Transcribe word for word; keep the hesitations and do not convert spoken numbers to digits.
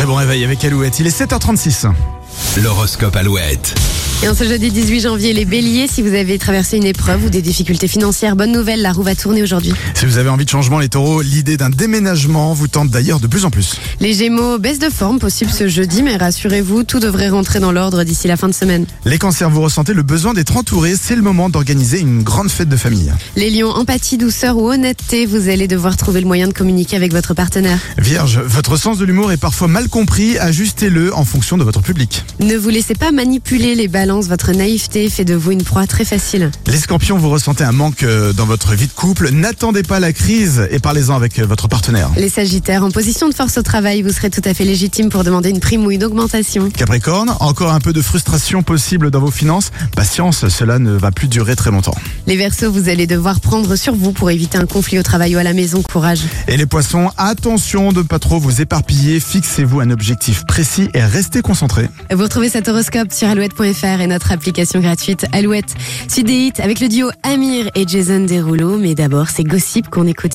très bon réveil avec Alouette. Il est sept heures trente-six. L'horoscope Alouette. Et en ce jeudi dix-huit janvier, les béliers, si vous avez traversé une épreuve ou des difficultés financières, bonne nouvelle, la roue va tourner aujourd'hui. Si vous avez envie de changement, les taureaux, l'idée d'un déménagement vous tente d'ailleurs de plus en plus. Les gémeaux, baisse de forme possible ce jeudi, mais rassurez-vous, tout devrait rentrer dans l'ordre d'ici la fin de semaine. Les cancers, vous ressentez le besoin d'être entouré, c'est le moment d'organiser une grande fête de famille. Les lions, empathie, douceur ou honnêteté, vous allez devoir trouver le moyen de communiquer avec votre partenaire. Vierge, votre sens de l'humour est parfois mal compris, ajustez-le en fonction de votre public. Ne vous laissez pas manipuler, les balances, votre naïveté fait de vous une proie très facile. Les scorpions, vous ressentez un manque euh, dans votre vie de couple, n'attendez pas la crise et parlez-en avec euh, votre partenaire. Les sagittaires, en position de force au travail, vous serez tout à fait légitime pour demander une prime ou une augmentation. Capricorne, encore un peu de frustration possible dans vos finances, patience, cela ne va plus durer très longtemps. Les Verseaux, vous allez devoir prendre sur vous pour éviter un conflit au travail ou à la maison, courage. Et les poissons, attention de ne pas trop vous éparpiller, fixez-vous un objectif précis et restez concentrés. Vous retrouvez cet horoscope sur alouette point f r et notre application gratuite Alouette. Suite des hits avec le duo Amir et Jason Derulo, mais d'abord c'est Gossip qu'on écoute.